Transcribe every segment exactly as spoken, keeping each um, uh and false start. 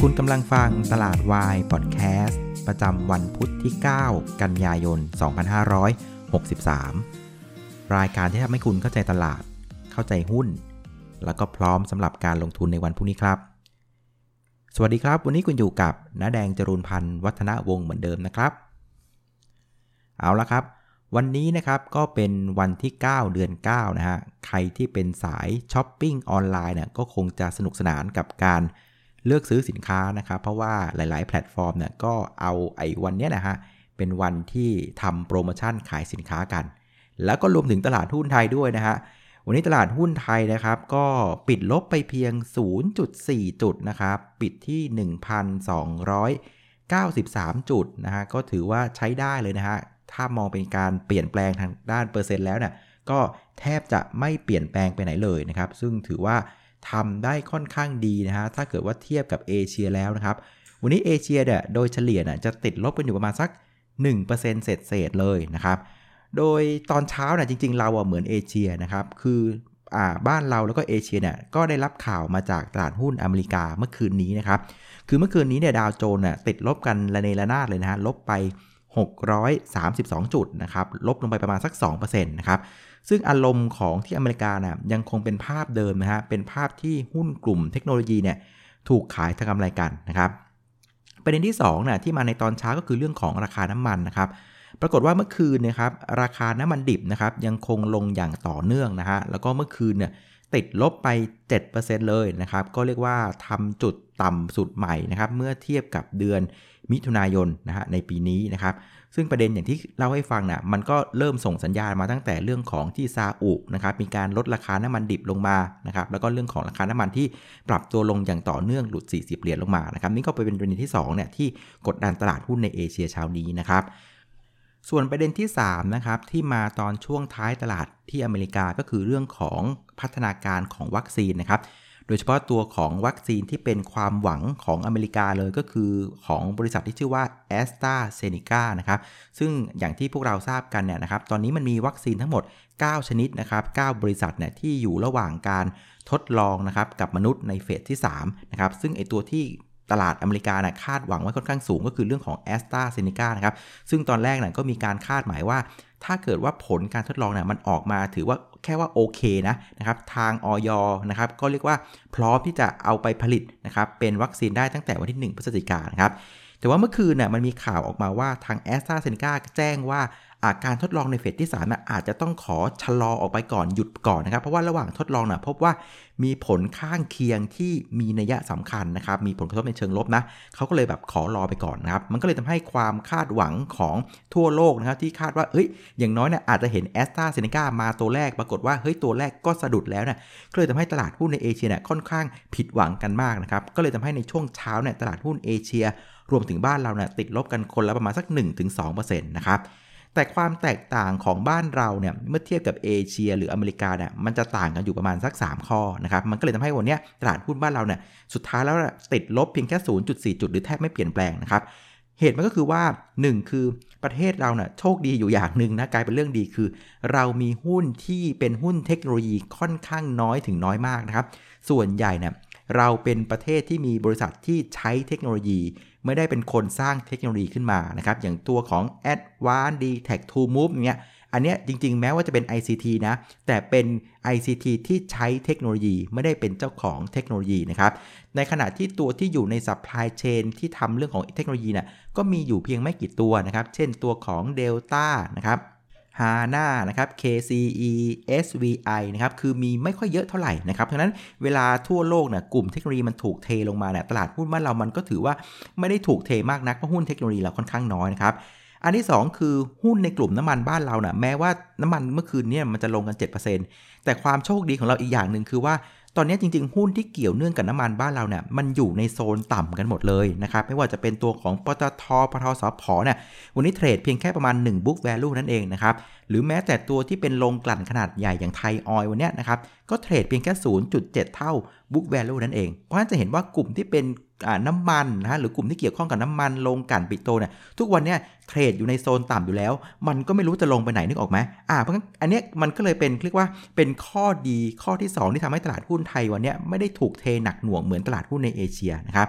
คุณกำลังฟังตลาดวายพอดแคสต์ประจำวันพุธที่เก้ากันยายนสองพันห้าร้อยหกสิบสามรายการที่ทำให้คุณเข้าใจตลาดเข้าใจหุ้นแล้วก็พร้อมสำหรับการลงทุนในวันพรุ่งนี้ครับสวัสดีครับวันนี้คุณอยู่กับน้าแดงจรูนพันธ์วัฒนวงศ์เหมือนเดิมนะครับเอาละครับวันนี้นะครับก็เป็นวันที่เก้าเดือนเก้านะฮะใครที่เป็นสายช้อปปิ้งออนไลน์เนี่ยก็คงจะสนุกสนานกับการเลือกซื้อสินค้านะครับเพราะว่าหลายๆแพลตฟอร์มเนี่ยก็เอาไอ้วันนี้นะฮะเป็นวันที่ทำโปรโมชั่นขายสินค้ากันแล้วก็รวมถึงตลาดหุ้นไทยด้วยนะฮะวันนี้ตลาดหุ้นไทยนะครับก็ปิดลบไปเพียง ศูนย์จุดสี่ จุดนะครับปิดที่ หนึ่งพันสองร้อยเก้าสิบสาม จุดนะฮะก็ถือว่าใช้ได้เลยนะฮะถ้ามองเป็นการเปลี่ยนแปลงทางด้านเปอร์เซ็นต์แล้วเนี่ยก็แทบจะไม่เปลี่ยนแปลงไปไหนเลยนะครับซึ่งถือว่าทำได้ค่อนข้างดีนะฮะถ้าเกิดว่าเทียบกับเอเชียแล้วนะครับวันนี้เอเชียเนี่ยโดยเฉลี่ยน่ะจะติดลบกันอยู่ประมาณสัก หนึ่งเปอร์เซ็นต์ เศษๆเลยนะครับโดยตอนเช้าน่ะจริงๆเราอ่ะเหมือนเอเชียนะครับคืออ่าบ้านเราแล้วก็เอเชียเนี่ยก็ได้รับข่าวมาจากตลาดหุ้นอเมริกาเมื่อคืนนี้นะครับคือเมื่อคืนนี้เนี่ยดาวโจนส์น่ะติดลบกันระเนระนาดเลยนะฮะลบไปหกร้อยสามสิบสองจุดนะครับลบลงไปประมาณสัก สองเปอร์เซ็นต์ นะครับซึ่งอารมณ์ของที่อเมริกาน่ะยังคงเป็นภาพเดิมนะฮะเป็นภาพที่หุ้นกลุ่มเทคโนโลยีเนี่ยถูกขายทางกำไรกันนะครับประเด็นที่สองน่ะที่มาในตอนเช้าก็คือเรื่องของราคาน้ำมันนะครับปรากฏว่าเมื่อคืนนะครับราคาน้ำมันดิบนะครับยังคงลงอย่างต่อเนื่องนะฮะแล้วก็เมื่อคืนเนี่ยติดลบไป เจ็ดเปอร์เซ็นต์ เลยนะครับก็เรียกว่าทำจุดต่ำสุดใหม่นะครับเมื่อเทียบกับเดือนมิถุนายนนะฮะในปีนี้นะครับซึ่งประเด็นอย่างที่เล่าให้ฟังนะมันก็เริ่มส่งสัญญาณมาตั้งแต่เรื่องของที่ซาอุนะครับมีการลดราคาน้ำมันดิบลงมานะครับแล้วก็เรื่องของราคาน้ำมันที่ปรับตัวลงอย่างต่อเนื่องหลุดสี่สิบเหรียญลงมานะครับนี่ก็เป็นประเด็นที่สองเนี่ยที่กดดันตลาดหุ้นในเอเชียเช้านี้นะครับส่วนประเด็นที่สามนะครับที่มาตอนช่วงท้ายตลาดที่อเมริกาก็คือเรื่องของพัฒนาการของวัคซีนนะครับโดยเฉพาะตัวของวัคซีนที่เป็นความหวังของอเมริกาเลยก็คือของบริษัทที่ชื่อว่า AstraZeneca นะครับซึ่งอย่างที่พวกเราทราบกันเนี่ยนะครับตอนนี้มันมีวัคซีนทั้งหมดเก้าชนิดนะครับเก้าบริษัทเนี่ยที่อยู่ระหว่างการทดลองนะครับกับมนุษย์ในเฟสที่สามนะครับซึ่งไอตัวที่ตลาดอเมริกานะคาดหวังไว้ค่อนข้างสูงก็คือเรื่องของ AstraZeneca นะครับซึ่งตอนแรกน่ะก็มีการคาดหมายว่าถ้าเกิดว่าผลการทดลองเนี่ยมันออกมาถือว่าแค่ว่าโอเคนะนะครับทางอย.นะครับก็เรียกว่าพร้อมที่จะเอาไปผลิตนะครับเป็นวัคซีนได้ตั้งแต่วันที่หนึ่งพฤศจิกายนนะครับแต่ว่าเมื่อคืนน่ะมันมีข่าวออกมาว่าทาง AstraZeneca แจ้งว่าการทดลองในเฟสที่สามอาจจะต้องขอชะลอออกไปก่อนหยุดก่อนนะครับเพราะว่าระหว่างทดลองน่ะพบว่ามีผลข้างเคียงที่มีนัยสำคัญนะครับมีผลกระทบในเชิงลบนะเขาก็เลยแบบขอรอไปก่อนนะครับมันก็เลยทำให้ความคาดหวังของทั่วโลกนะครับที่คาดว่าเฮ้ยอย่างน้อยเนี่ยอาจจะเห็น AstraZeneca มาตัวแรกปรากฏว่าเฮ้ยตัวแรกก็สะดุดแล้วเนี่ยก็เลยทำให้ตลาดหุ้นในเอเชียเนี่ยค่อนข้างผิดหวังกันมากนะครับก็เลยทำให้ในช่วงเช้าเนี่ยตลาดหุ้นเอเชียรวมถึงบ้านเราเนี่ยติดลบกันคนละประมาณสัก หนึ่งถึงสองเปอร์เซ็นต์ นะครับแต่ความแตกต่างของบ้านเราเนี่ยเมื่อเทียบกับเอเชียหรืออเมริกาเนี่ยมันจะต่างกันอยู่ประมาณสักสามข้อนะครับมันก็เลยทำให้วันนี้ตลาดหุ้นบ้านเราเนี่ยสุดท้ายแล้วติดลบเพียงแค่ ศูนย์จุดสี่ จุดหรือแทบไม่เปลี่ยนแปลงนะครับเหตุมันก็คือว่าหนึ่งคือประเทศเราเนี่ยโชคดีอยู่อย่างนึงนะกลายเป็นเรื่องดีคือเรามีหุ้นที่เป็นหุ้นเทคโนโลยีค่อนข้างน้อยถึงน้อยมากนะครับส่วนใหญ่เนี่ยเราเป็นประเทศที่มีบริษัทที่ใช้เทคโนโลยีไม่ได้เป็นคนสร้างเทคโนโลยีขึ้นมานะครับอย่างตัวของ Advanced ดี ที อี ซี ทู Move อย่างเงี้ยอันเนี้ยจริงๆแม้ว่าจะเป็น ไอ ซี ที นะแต่เป็น ไอ ซี ที ที่ใช้เทคโนโลยีไม่ได้เป็นเจ้าของเทคโนโลยีนะครับในขณะที่ตัวที่อยู่ใน Supply Chain ที่ทำเรื่องของเทคโนโลยีน่ะก็มีอยู่เพียงไม่กี่ตัวนะครับเช่นตัวของ Delta นะครับฮาน่านะครับ เค ซี อี เอส วี ไอ นะครับคือมีไม่ค่อยเยอะเท่าไหร่นะครับเพราะฉะนั้นเวลาทั่วโลกเนี่ยกลุ่มเทคโนโลยีมันถูกเทลงมาเนี่ยตลาดหุ้นบ้านเรามันก็ถือว่าไม่ได้ถูกเทมากนักเพราะหุ้นเทคโนโลยีเราค่อนข้างน้อยนะครับอันที่สองคือหุ้นในกลุ่มน้ำมันบ้านเราเนี่ยแม้ว่าน้ำมันเมื่อคืนนี้มันจะลงกัน เจ็ดเปอร์เซ็นต์ แต่ความโชคดีของเราอีกอย่างนึงคือว่าตอนนี้จริงๆหุ้นที่เกี่ยวเนื่องกับน้ำมันบ้านเราเนี่ยมันอยู่ในโซนต่ำกันหมดเลยนะครับไม่ว่าจะเป็นตัวของปตท.ปตท.สผ.เนี่ยวันนี้เทรดเพียงแค่ประมาณหนึ่ง book value นั่นเองนะครับหรือแม้แต่ตัวที่เป็นโรงกลั่นขนาดใหญ่อย่างไทยออยล์วันนี้นะครับก็เทรดเพียงแค่ ศูนย์จุดเจ็ด เท่า book value นั่นเองเพราะฉะนั้นจะเห็นว่ากลุ่มที่เป็นน้ำมันนะหรือกลุ่มที่เกี่ยวข้องกับน้ำมันโรงกลั่นปิโตรเนี่ยทุกวันนี้เทรดอยู่ในโซนต่ำอยู่แล้วมันก็ไม่รู้จะลงไปไหนนึกออกไหมอ่าเพราะงั้นอันนี้มันก็เลยเป็นเรียกว่าเป็นข้อดีข้อที่สองที่ทำให้ตลาดหุ้นไทยวันนี้ไม่ได้ถูกเทหนักหน่วงเหมือนตลาดหุ้นในเอเชียนะครับ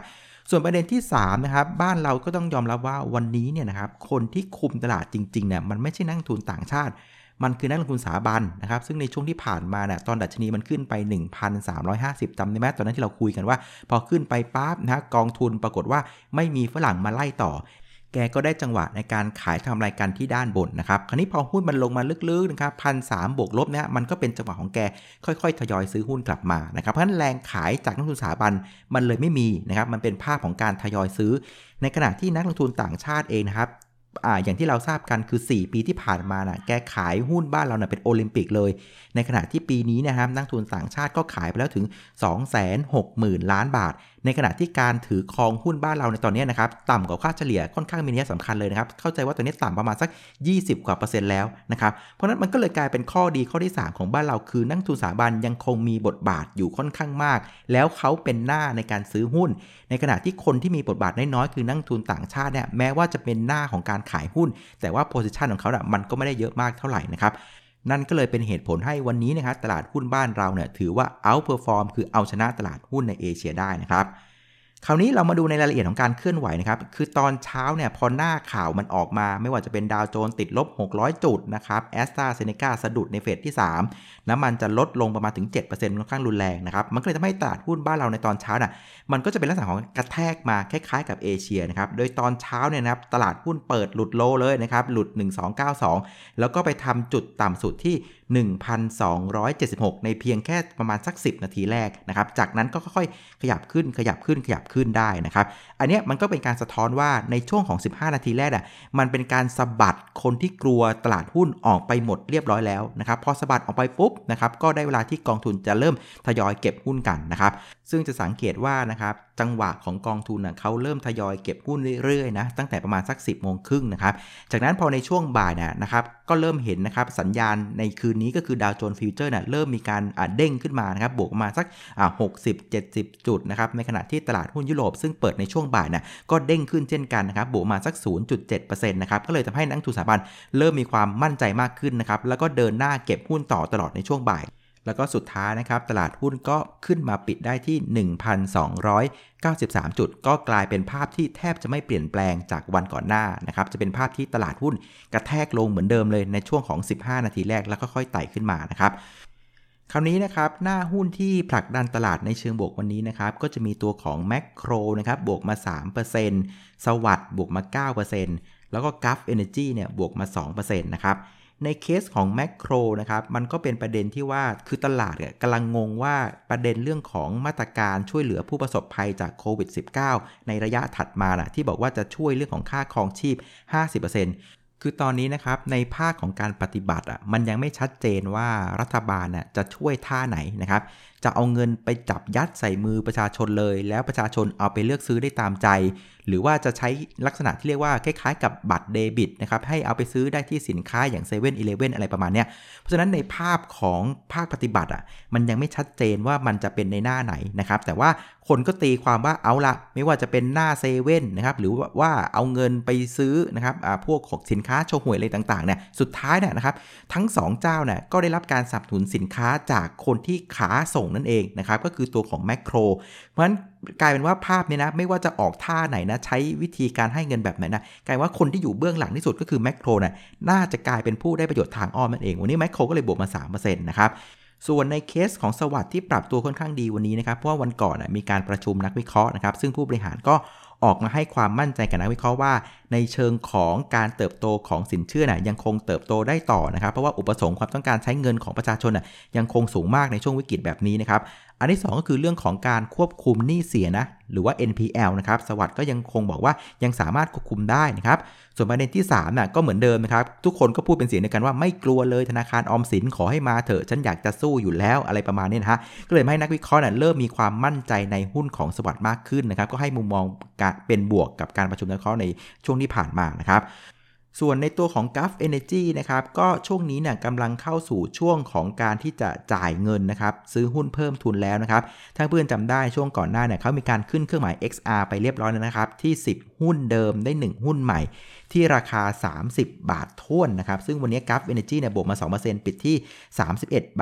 ส่วนประเด็นที่สามนะครับบ้านเราก็ต้องยอมรับว่าวันนี้เนี่ยนะครับคนที่คุมตลาดจริงๆเนี่ยมันไม่ใช่นักลงทุนต่างชาติมันคือนักลงทุนสถาบันนะครับซึ่งในช่วงที่ผ่านมาเนี่ยตอนดัชนีมันขึ้นไป หนึ่งพันสามร้อยห้าสิบ จำได้ไหมตอนนั้นที่เราคุยกันว่าพอขึ้นไปปั๊บนะกองทุนปรากฏว่าไม่มีฝรั่งมาไล่ต่อแกก็ได้จังหวะในการขายทำรายการที่ด้านบนนะครับคราวนี้พอหุ้นมันลงมาลึกๆนะครับพันสามบวกลบเนี่ยมันก็เป็นจังหวะของแกค่อยๆทยอยซื้อหุ้นกลับมานะครับเพราะฉะนั้นแรงขายจากนักลงทุนสถาบันมันเลยไม่มีนะครับมันเป็นภาพของการทยอยซื้อในขณะที่นักลงทุนต่างชาติเองนะครับอ่าอย่างที่เราทราบกันคือสี่ปีที่ผ่านมาน่ะแกขายหุ้นบ้านเราเนี่ยเป็นโอลิมปิกเลยในขณะที่ปีนี้นะครับนักทุนต่างชาติก็ขายไปแล้วถึง สองแสนหกหมื่น ล้านบาทในขณะที่การถือครองหุ้นบ้านเราในตอนนี้นะครับต่ำกว่าค่าเฉลี่ยค่อนข้างมีนัยสำคัญเลยนะครับเข้าใจว่าตอนนี้ต่ำประมาณสักยี่สิบกว่าเปอร์เซ็นต์แล้วนะครับเพราะนั้นมันก็เลยกลายเป็นข้อดีข้อที่สามของบ้านเราคือนักทุนสถาบันยังคงมีบทบาทอยู่ค่อนข้างมากแล้วเขาเป็นหน้าในการซื้อหุ้นในขณะที่คนที่มีบทบาทน้อยๆคือนักทุนต่างชาติเนี่ยแม้ว่าจะเป็นหน้าของการขายหุ้นแต่ว่าโพซิชันของเขาเนี่ยมันก็ไม่ได้เยอะมากเท่าไหร่นะครับนั่นก็เลยเป็นเหตุผลให้วันนี้นะครับตลาดหุ้นบ้านเราเนี่ยถือว่า outperform คือเอาชนะตลาดหุ้นในเอเชียได้นะครับคราวนี้เรามาดูในรายละเอียดของการเคลื่อนไหวนะครับคือตอนเช้าเนี่ยพอหน้าข่าวมันออกมาไม่ว่าจะเป็นดาวโจนส์ติดลบหกร้อยจุดนะครับแอสตราเซเนกาสะดุดในเฟสที่สามน้ำมันจะลดลงประมาณถึง เจ็ดเปอร์เซ็นต์ ค่อนข้างรุนแรงนะครับมันก็เลยทำให้ตลาดหุ้นบ้านเราในตอนเช้าน่ะมันก็จะเป็นลักษณะของกระแทกมาคล้ายๆกับเอเชียนะครับโดยตอนเช้าเนี่ยนะครับตลาดหุ้นเปิดหลุดโลเลยนะครับหลุดหนึ่งพันสองร้อยเก้าสิบสองแล้วก็ไปทำจุดต่ำสุดที่ หนึ่งพันสองร้อยเจ็ดสิบหก ในเพียงแค่ประมาณสักสิบนาทีแรกนะครับจากนั้นก็ค่อยๆขยับขึ้นขยับขึ้นขยับขึ้นได้นะครับอันนี้มันก็เป็นการสะท้อนว่าในช่วงของสิบห้านาทีแรกอ่ะมันเป็นการสะบัดคนที่กลัวตลาดหุ้นออกไปหมดเรียบร้อยแล้วนะครับพอสะบัดออกไปปุ๊บนะครับก็ได้เวลาที่กองทุนจะเริ่มทยอยเก็บหุ้นกันนะครับซึ่งจะสังเกตว่านะครับจังหวะของกองทุนน่ะเขาเริ่มทยอยเก็บหุ้นเรื่อยๆนะตั้งแต่ประมาณสัก สิบโมงครึ่งนะครับจากนั้นพอในช่วงบ่ายน่ะนะครับก็เริ่มเห็นนะครับสัญญาณในคืนนี้ก็คือดาวโจนส์ฟิวเจอร์น่ะเริ่มมีการอ่ะเด้งขึ้นมานะครับบวกมาสักอ่ะหกสิบ เจ็ดสิบจุดนะครับในขณะที่ตลาดหุ้นยุโรปซึ่งเปิดในช่วงบ่ายน่ะก็เด้งขึ้นเช่นกันนะครับบวกมาสัก ศูนย์จุดเจ็ดเปอร์เซ็นต์ นะครับก็เลยทำให้นักลงทุนสถาบันเริ่มมีความมั่นใจมากขึ้นนะครับแล้วก็เดินหน้าเก็บหุ้นต่อตลอดในช่วงบ่ายแล้วก็สุดท้ายนะครับตลาดหุ้นก็ขึ้นมาปิดได้ที่ หนึ่งพันสองร้อยเก้าสิบสาม จุดก็กลายเป็นภาพที่แทบจะไม่เปลี่ยนแปลงจากวันก่อนหน้านะครับจะเป็นภาพที่ตลาดหุ้นกระแทกลงเหมือนเดิมเลยในช่วงของสิบห้านาทีแรกแล้วก็ค่อยไต่ขึ้นมานะครับคราวนี้นะครับหน้าหุ้นที่ผลักดันตลาดในเชิงบวกวันนี้นะครับก็จะมีตัวของแมคโครนะครับบวกมา สามเปอร์เซ็นต์ สวัสด์บวกมา เก้าเปอร์เซ็นต์ แล้วก็ Gulf Energy เนี่ยบวกมา สองเปอร์เซ็นต์ นะครับในเคสของแมคโครนะครับมันก็เป็นประเด็นที่ว่าคือตลาดเนี่ยกำลังงงว่าประเด็นเรื่องของมาตรการช่วยเหลือผู้ประสบภัยจากโควิด สิบเก้า ในระยะถัดมาน่ะที่บอกว่าจะช่วยเรื่องของค่าครองชีพ ห้าสิบเปอร์เซ็นต์ คือตอนนี้นะครับในภาคของการปฏิบัติอ่ะมันยังไม่ชัดเจนว่ารัฐบาลน่ะจะช่วยท่าไหนนะครับจะเอาเงินไปจับยัดใส่มือประชาชนเลยแล้วประชาชนเอาไปเลือกซื้อได้ตามใจหรือว่าจะใช้ลักษณะที่เรียกว่าคล้ายๆกับบัตรเดบิตนะครับให้เอาไปซื้อได้ที่สินค้าอย่าง เซเว่น อีเลฟเว่น อะไรประมาณเนี้ยเพราะฉะนั้นในภาพของภาคปฏิบัติอ่ะมันยังไม่ชัดเจนว่ามันจะเป็นในหน้าไหนนะครับแต่ว่าคนก็ตีความว่าเอาละไม่ว่าจะเป็นหน้าเซเว่นนะครับหรือว่าเอาเงินไปซื้อนะครับอ่าพวกของสินค้าโชห่วยอะไรต่างๆเนี่ยสุดท้ายเนี่ยนะครับทั้งสองเจ้าเนี่ยก็ได้รับการสนับสนุนสินค้าจากคนที่ขาส่งนั่นเองนะครับก็คือตัวของแมคโครเพราะฉะนั้นกลายเป็นว่าภาพนี้นะไม่ว่าจะออกท่าไหนนะใช้วิธีการให้เงินแบบไหนนะกลายว่าคนที่อยู่เบื้องหลังที่สุดก็คือแมคโครน่ะน่าจะกลายเป็นผู้ได้ประโยชน์ทางอ้อมนั่นเองวันนี้แมคโครก็เลยบวกมา สามเปอร์เซ็นต์ นะครับส่วนในเคสของสวัสด์ที่ปรับตัวค่อนข้างดีวันนี้นะครับเพราะว่าวันก่อนนะมีการประชุมนักวิเคราะห์นะครับซึ่งผู้บริหารก็ออกมาให้ความมั่นใจกับนักวิเคราะห์ว่าในเชิงของการเติบโตของสินเชื่อนะยังคงเติบโตได้ต่อนะครับเพราะว่าอุปสงค์ความต้องการใช้เงินของประชาชนนะยังคงสูงมากในช่วงวิกฤตแบบนี้นะครับอันที่สองก็คือเรื่องของการควบคุมหนี้เสียนะหรือว่า เอ็น พี แอล นะครับสวัสด์ก็ยังคงบอกว่ายังสามารถควบคุมได้นะครับส่วนประเด็นที่สามน่ะก็เหมือนเดิมนะครับทุกคนก็พูดเป็นเสียงเดียวกันว่าไม่กลัวเลยธนาคารออมสินขอให้มาเถอะฉันอยากจะสู้อยู่แล้วอะไรประมาณนี้นะฮะก็เลยให้นักวิเคราะห์น่ะเริ่มมีความมั่นใจในหุ้นของสวัสด์มากขึ้นนะครับก็ให้มุมมองเป็นบวกกับการประชุมนักวิเคราะห์ในช่วงที่ผ่านมานะครับส่วนในตัวของ Gulf Energy นะครับก็ช่วงนี้เนี่ยกำลังเข้าสู่ช่วงของการที่จะจ่ายเงินนะครับซื้อหุ้นเพิ่มทุนแล้วนะครับถ้าเพื่อนจำได้ช่วงก่อนหน้าเนี่ยเขามีการขึ้นเครื่องหมาย เอ็กซ์ อาร์ ไปเรียบร้อยแล้วนะครับที่สิบหุ้นเดิมได้หนึ่งหุ้นใหม่ที่ราคาสามสิบบาทถ้วนนะครับซึ่งวันนี้ Gulf Energy เนี่ยบวกมา สองเปอร์เซ็นต์ ปิดที่สามสิบเอ็ดบาท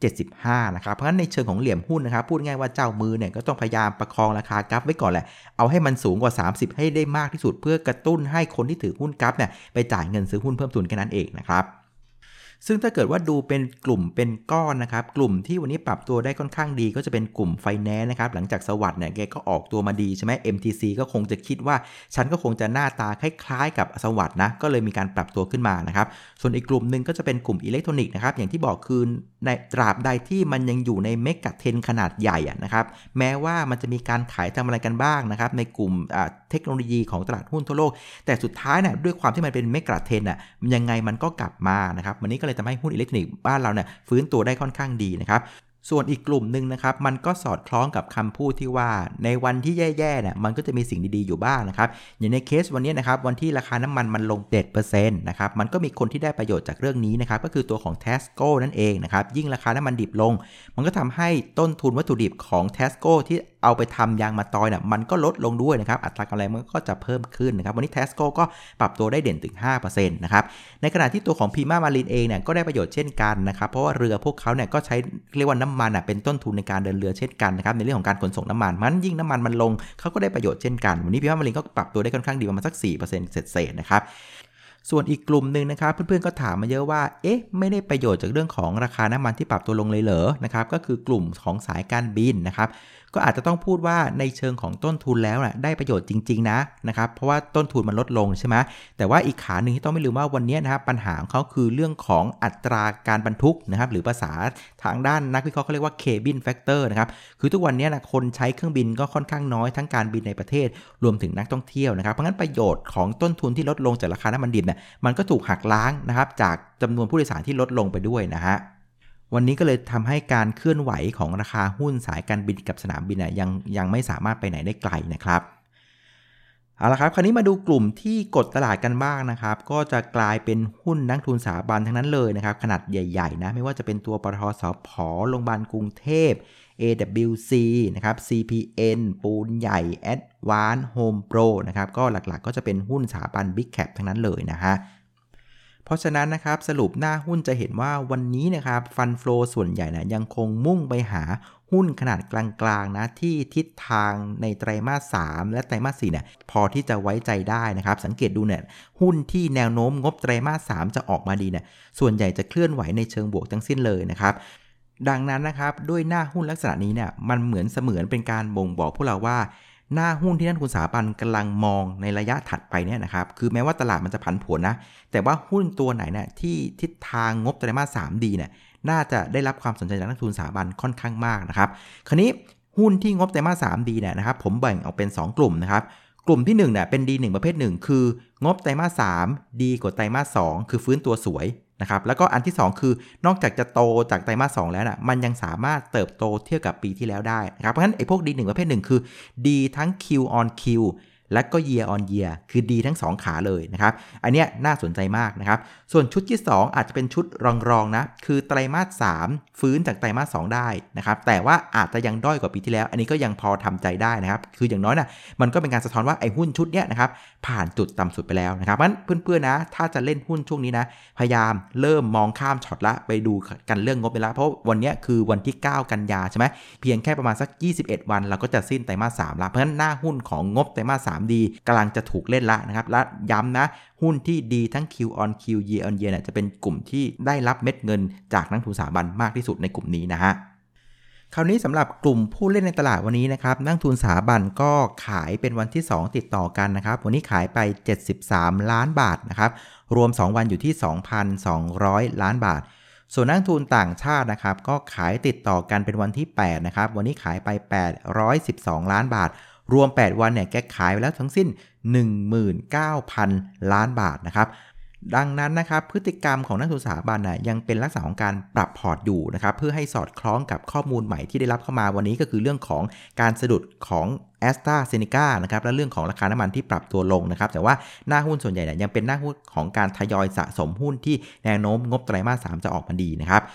เจ็ดสิบห้านะครับเพราะฉะนั้นในเชิงของเหลี่ยมหุ้นนะครับพูดง่ายว่าเจ้ามือเนี่ยก็ต้องพยายามประคองราคากราฟไว้ก่อนแหละเอาให้มันสูงกว่าสามสิบให้ได้มากที่สุดเพื่อกระตุ้นให้คนที่ถือหุ้นกราฟเนี่ยไปจ่ายเงินซื้อหุ้นเพิ่มทุนแค่นั้นเองนะครับซึ่งถ้าเกิดว่าดูเป็นกลุ่มเป็นก้อนนะครับกลุ่มที่วันนี้ปรับตัวได้ค่อนข้างดีก็จะเป็นกลุ่มไฟแนนซ์นะครับหลังจากสวัสด์เนี่ยแกก็ออกตัวมาดีใช่ไหม เอ็ม ที ซี ก็คงจะคิดว่าฉันก็คงจะหน้าตาคล้ายๆกับสวัสด์นะก็เลยมีการปรับตัวขึ้นมานะครับส่วนอีกกลุ่มนึงก็จะเป็นกลุ่มอิเล็กทรอนิกส์นะครับอย่างที่บอกคือในตราบใดที่มันยังอยู่ในเมกะเทรนด์ขนาดใหญ่นะครับแม้ว่ามันจะมีการขายทำอะไรกันบ้างนะครับในกลุ่มเทคโนโลยีของตลาดหุ้นทั่วโลกแต่สุดท้ายเนี่ยด้วยความที่มันเป็นเมกะเทรนด์อ่ะยังไงมันก็กลับมานะครับวันนี้ก็เลยทำให้หุ้นอิเล็กทรอนิกส์บ้านเราเนี่ยฟื้นตัวได้ค่อนข้างดีนะครับส่วนอีกกลุ่มหนึ่งนะครับมันก็สอดคล้องกับคำพูดที่ว่าในวันที่แย่ๆเนี่ยมันก็จะมีสิ่งดีๆอยู่บ้างนะครับอย่างในเคสวันนี้นะครับวันที่ราคาน้ำมันมันลง เจ็ดเปอร์เซ็นต์ นะครับมันก็มีคนที่ได้ประโยชน์จากเรื่องนี้นะครับก็คือตัวของ Tesco นั่นเองนะครับยิ่งราคาน้ำมันดิบลงมันก็ทำให้ต้นทุนวัตถุดิบของ Tesco ที่เอาไปทำยางมะตอยเนี่ยมันก็ลดลงด้วยนะครับอัตรากำไรมันก็จะเพิ่มขึ้นนะครับวันนี้ Tesco ก็ปรับตัวได้เด่นถึง ห้าเปอร์เซ็นต์ นะครับในขณะที่ตัวของ Prima Marine เองเนี่ยก็ได้ประโยชน์เช่นกันนะครับเพราะว่าเรือพวกเขาเนี่ยก็ใช้เรียกว่าน้ำมันเป็นต้นทุนในการเดินเรือเช่นกันนะครับในเรื่องของการขนส่งน้ำมันมันยิ่งน้ำมันมันลงเขาก็ได้ประโยชน์เช่นกันวันนี้ Prima Marine ก็ปรับตัวได้ค่อนข้างดีประมาณสัก สี่เปอร์เซ็นต์ เศษๆนะครับส่วนอีกกลุ่มหนึ่งนะครับเพื่อนๆก็ถามมาเยอะว่าเอ๊ะไม่ได้ประโยชน์จากเรื่องของราคาน้ำมันที่ปรับตัวลงเลยเหรอนะครับก็คือกลุ่มของสายการบินนะครับก็อาจจะต้องพูดว่าในเชิงของต้นทุนแล้วนะได้ประโยชน์จริงๆนะนะครับเพราะว่าต้นทุนมันลดลงใช่ไหมแต่ว่าอีกขาหนึ่งที่ต้องไม่ลืมว่าวันนี้นะครับปัญหาของเขาคือเรื่องของอัตราการบรรทุกนะครับหรือภาษาทางด้านนักวิเคราะห์เขาเรียกว่า cabin factor นะครับคือทุกวันนี้นะคนใช้เครื่องบินก็ค่อนข้างน้อยทั้งการบินในประเทศรวมถึงนักท่องเที่ยวนะครับเพราะงั้นประโยชน์ของต้นทุนที่ลดลงจากราคาน้ำมันดิบเนี่ยมันก็ถูกหักล้างนะครับจากจำนวนผู้โดยสารที่ลดลงไปด้วยนะฮะวันนี้ก็เลยทำให้การเคลื่อนไหวของราคาหุ้นสายการบินกับสนามบินน่ยยังยังไม่สามารถไปไหนได้ไกลนะครับเอาละครับคราวนี้มาดูกลุ่มที่กดตลาดกันบ้างนะครับก็จะกลายเป็นหุ้นนักทุนสถาบันทั้งนั้นเลยนะครับขนาดใหญ่ๆนะไม่ว่าจะเป็นตัวปตท.สผ.โรงพยาบาลกรุงเทพ เอ ดับเบิลยู ซี นะครับ ซี พี เอ็น ปูนใหญ่ Advance Home Pro นะครับก็หลักๆก็จะเป็นหุ้นสถาบัน Big Cap ทั้งนั้นเลยนะฮะเพราะฉะนั้นนะครับสรุปหน้าหุ้นจะเห็นว่าวันนี้นะครับฟันโฟลส่วนใหญ่นะยังคงมุ่งไปหาหุ้นขนาดกลางๆนะที่ทิศทางในไตรมาสสามและไตรมาสสี่เนี่ยพอที่จะไว้ใจได้นะครับสังเกตดูเนี่ยหุ้นที่แนวโน้มงบไตรมาสสามจะออกมาดีเนี่ยส่วนใหญ่จะเคลื่อนไหวในเชิงบวกทั้งสิ้นเลยนะครับดังนั้นนะครับด้วยหน้าหุ้นลักษณะนี้เนี่ยมันเหมือนเสมือนเป็นการบ่งบอกพวกเราว่าหน้าหุ้นที่นักลงทุนสถาบันกำลังมองในระยะถัดไปเนี่ยนะครับคือแม้ว่าตลาดมันจะผันผวนนะแต่ว่าหุ้นตัวไหนเนี่ยที่ทิศทางงบไตรมาสสามดีเนี่ยน่าจะได้รับความสนใจจากนักลงทุนสถาบันค่อนข้างมากนะครับคราวนี้หุ้นที่งบไตรมาสสามดีเนี่ยนะครับผมแบ่งออกเป็นสองกลุ่มนะครับกลุ่มที่หนึ่งเนี่ยเป็น ดี หนึ่ง ประเภทหนึ่งคืองบไตรมาสสามดีกว่าไตรมาสสองคือฟื้นตัวสวยนะครับแล้วก็อันที่สองคือนอกจากจะโตจากไตรมาสสองแล้วนะมันยังสามารถเติบโตเทียบกับปีที่แล้วได้นะครับเพราะฉะนั้นไอ้พวก ดี หนึ่ง ประเภทหนึ่งคือดีทั้ง Q on Q และก็ year on year คือดีทั้งสองขาเลยนะครับอันเนี้ยน่าสนใจมากนะครับส่วนชุดที่สองอาจจะเป็นชุดรองๆนะคือไตรมาสสามฟื้นจากไตรมาสสองได้นะครับแต่ว่าอาจจะยังด้อยกว่าปีที่แล้วอันนี้ก็ยังพอทำใจได้นะครับคืออย่างน้อยนะมันก็เป็นการสะท้อนว่าไอ้หุ้นชุดเนี้ยนะครับผ่านจุดต่ำสุดไปแล้วนะครับเพราะฉะนั้นเพื่อนๆนะถ้าจะเล่นหุ้นช่วงนี้นะพยายามเริ่มมองข้ามช็อตละไปดูกันเรื่องงบไปแล้วเพราะวันนี้คือวันที่เก้ากันยาใช่ไหมเพียงแค่ประมาณสักยี่สิบเอ็ดวันเราก็จะสิ้นไตรมาสสามละเพราะฉะนั้นหน้าหุ้นของงบไตรมาสสามดีกำลังจะถูกเล่นละนะครับและย้ำนะหุ้นที่ดีทั้ง Q on Q year on year เนี่ยจะเป็นกลุ่มที่ได้รับเม็ดเงินจากนักลงทุนสถาบันมากที่สุดในกลุ่มนี้นะฮะคราวนี้สำหรับกลุ่มผู้เล่นในตลาดวันนี้นะครับนักลงทุนสถาบันก็ขายเป็นวันที่สองติดต่อกันนะครับวันนี้ขายไปเจ็ดสิบสามล้านบาทนะครับรวมสองวันอยู่ที่ สองพันสองร้อย ล้านบาทส่วนนักลงทุนต่างชาตินะครับก็ขายติดต่อกันเป็นวันที่แปดนะครับวันนี้ขายไปแปดร้อยสิบสองล้านบาทรวมแปดวันเนี่ยแกขายไปแล้วทั้งสิ้น หนึ่งหมื่นเก้าพัน ล้านบาทนะครับดังนั้นนะครับพฤติกรรมของนักลงทุนสถาบันน่ะยังเป็นลักษณะของการปรับพอร์ตอยู่นะครับเพื่อให้สอดคล้องกับข้อมูลใหม่ที่ได้รับเข้ามาวันนี้ก็คือเรื่องของการสะดุดของ AstraZeneca นะครับและเรื่องของราคาน้ำมันที่ปรับตัวลงนะครับแต่ว่าหน้าหุ้นส่วนใหญ่เนี่ยยังเป็นหน้าหุ้นของการทยอยสะสมหุ้นที่แนวโน้มงบไตรมาสสามจะออกมาดีนะครับ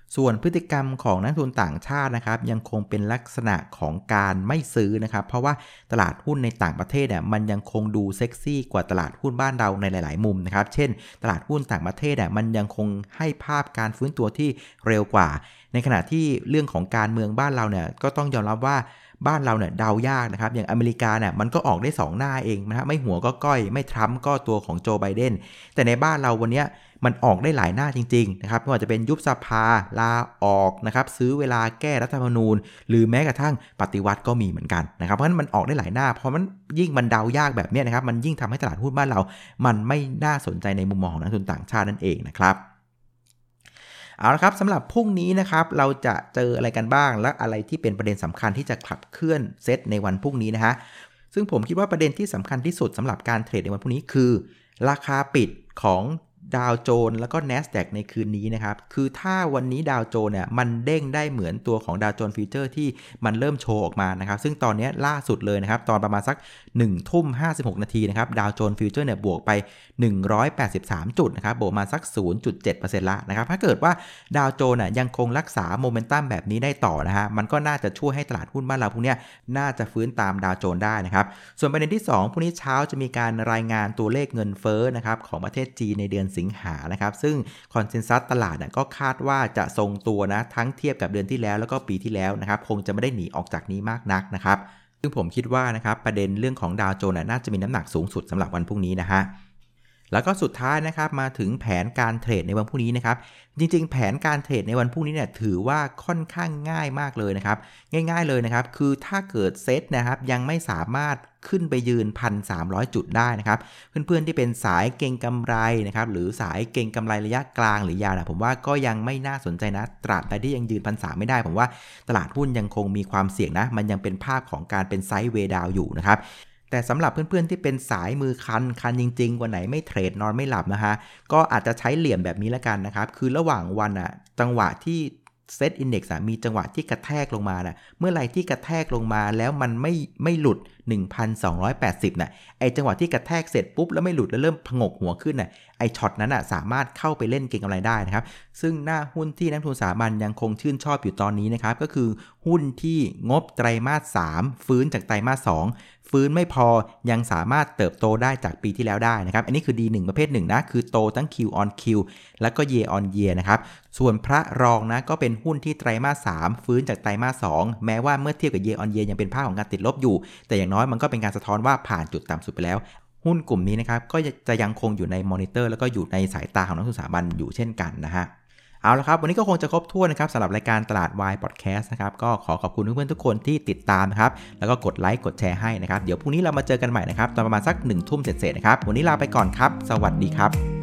ส่วนพฤติกรรมของนักทุนต่างชาตินะครับยังคงเป็นลักษณะของการไม่ซื้อนะครับเพราะว่าตลาดหุ้นในต่างประเทศเนี่ยมันยังคงดูเซ็กซี่กว่าตลาดหุ้นบ้านเราในหลายๆมุมนะครับเช่นตลาดหุ้นต่างประเทศเนี่ยมันยังคงให้ภาพการฟื้นตัวที่เร็วกว่าในขณะที่เรื่องของการเมืองบ้านเราเนี่ยก็ต้องยอมรับว่าบ้านเราเนี่ยเดายากนะครับอย่างอเมริกาเนี่ยมันก็ออกได้สองหน้าเองนะฮะไม่หัวก็ก้อยไม่ทรัมป์ก็ตัวของโจไบเดนแต่ในบ้านเราวันนี้มันออกได้หลายหน้าจริงๆนะครับไม่ว่าจะเป็นยุบสภาลาออกนะครับซื้อเวลาแก้รัฐธรรมนูญหรือแม้กระทั่งปฏิวัติก็มีเหมือนกันนะครับเพราะฉะนั้นมันออกได้หลายหน้าเพราะมันยิ่งมันเดายากแบบนี้นะครับมันยิ่งทำให้ตลาดหุ้นบ้านเรามันไม่น่าสนใจในมุมมองของนักทุนต่างชาตินั่นเองนะครับเอาละครับสำหรับพรุ่งนี้นะครับเราจะเจออะไรกันบ้างและอะไรที่เป็นประเด็นสำคัญที่จะขับเคลื่อนเซตในวันพรุ่งนี้นะฮะซึ่งผมคิดว่าประเด็นที่สำคัญที่สุดสำหรับการเทรดในวันพรุ่งนี้คือราคาปิดของดาวโจนส์แล้วก็ NASDAQ ในคืนนี้นะครับคือถ้าวันนี้ดาวโจนส์เนี่ยมันเด้งได้เหมือนตัวของดาวโจนส์ฟิวเจอร์ที่มันเริ่มโชว์ออกมานะครับซึ่งตอนนี้ล่าสุดเลยนะครับตอนประมาณสักหนึ่งทุ่มห้าสิบหกนาทีนะครับดาวโจนส์ฟิวเจอร์เนี่ยบวกไปหนึ่งร้อยแปดสิบสามจุดนะครับบวกมาสัก ศูนย์จุดเจ็ดเปอร์เซ็นต์ ละนะครับถ้าเกิดว่าดาวโจนส์น่ะยังคงรักษาโมเมนตัมแบบนี้ได้ต่อนะฮะมันก็น่าจะช่วยให้ตลาดหุ้นบ้านเราพวกเนี้ยน่าจะฟื้นตามดาวโจนส์ได้นะครับส่วนประเด็นที่สองพรุ่งนี้เช้าจะมีการรายงานตัวเลขเงินเฟ้อนะครับของประเทศจีนในเดือนสิงหานะครับซึ่งคอนเซนแซสตลาดก็คาดว่าจะทรงตัวนะทั้งเทียบกับเดือนที่แล้วแล้วก็ปีที่แล้วนะครับคงจะไม่ได้หนีออกจากนี้มากนักนะครับซึ่งผมคิดว่านะครับประเด็นเรื่องของดาวโจนส์น่าจะมีน้ำหนักสูงสุดสำหรับวันพรุ่งนี้นะฮะแล้วก็สุดท้ายนะครับมาถึงแผนการเทรดในวันพรุ่งนี้นะครับจริงๆแผนการเทรดในวันพรุ่งนี้เนี่ยถือว่าค่อนข้างง่ายมากเลยนะครับง่ายๆเลยนะครับคือถ้าเกิดเซตนะครับยังไม่สามารถขึ้นไปยืน หนึ่งพันสามร้อย จุดได้นะครับเพื่อนๆที่เป็นสายเก็งกำไรนะครับหรือสายเก็งกำไรระยะกลางหรือยาวนะผมว่าก็ยังไม่น่าสนใจนะตราบใดที่ยังยืน หนึ่งพันสามร้อย ไม่ได้ผมว่าตลาดหุ้นยังคงมีความเสี่ยงนะมันยังเป็นภาพของการเป็นไซด์เวย์ดาวอยู่นะครับแต่สำหรับเพื่อนๆที่เป็นสายมือคันคันจริงๆวันไหนไม่เทรดนอนไม่หลับนะฮะก็อาจจะใช้เหลี่ยมแบบนี้แล้วกันนะครับคือระหว่างวันอ่ะจังหวะที่เซตอินเด็กซ์มีจังหวะที่กระแทกลงมานะเมื่อไหร่ที่กระแทกลงมาแล้วมันไม่ไม่หลุด หนึ่งพันสองร้อยแปดสิบ น่ะไอจังหวะที่กระแทกเสร็จปุ๊บแล้วไม่หลุดแล้วเริ่มผงกหัวขึ้นน่ะไอช็อตนั้นน่ะสามารถเข้าไปเล่นเก็งกำไรได้นะครับซึ่งหน้าหุ้นที่นักทุนสถาบันยังคงชื่นชอบอยู่ตอนนี้นะครับก็คือหุ้นที่งบไตรมาสสามฟื้นจากไตรมาสสองฟื้นไม่พอยังสามารถเติบโตได้จากปีที่แล้วได้นะครับอันนี้คือ ดี หนึ่ง ประเภทหนึ่งนะคือโตทั้ง Q on Q แล้วก็ Year on Year นะครับส่วนพระรองนะก็เป็นหุ้นที่ไตรมาสสามฟื้นจากไตรมาสสองแม้ว่าเมื่อเทียบกับ Year on Year ยังเป็นภาพของการติดลบอยู่แต่อย่างน้อยมันก็เป็นการสะท้อนว่าผ่านจุดต่ำสุดไปแล้วหุ้นกลุ่มนี้นะครับก็จะยังคงอยู่ในมอนิเตอร์แล้วก็อยู่ในสายตาของนักทุนสถาบันอยู่เช่นกันนะฮะเอาละครับวันนี้ก็คงจะครบถ้วนนะครับสำหรับรายการตลาดวายพอดแคสต์นะครับก็ขอขอบคุณเพื่อนๆทุกคนที่ติดตามนะครับแล้วก็กดไลค์กดแชร์ให้นะครับเดี๋ยวพรุ่งนี้เรามาเจอกันใหม่นะครับตอนประมาณสักหนึ่งทุ่มเสร็จๆนะครับวันนี้ลาไปก่อนครับสวัสดีครับ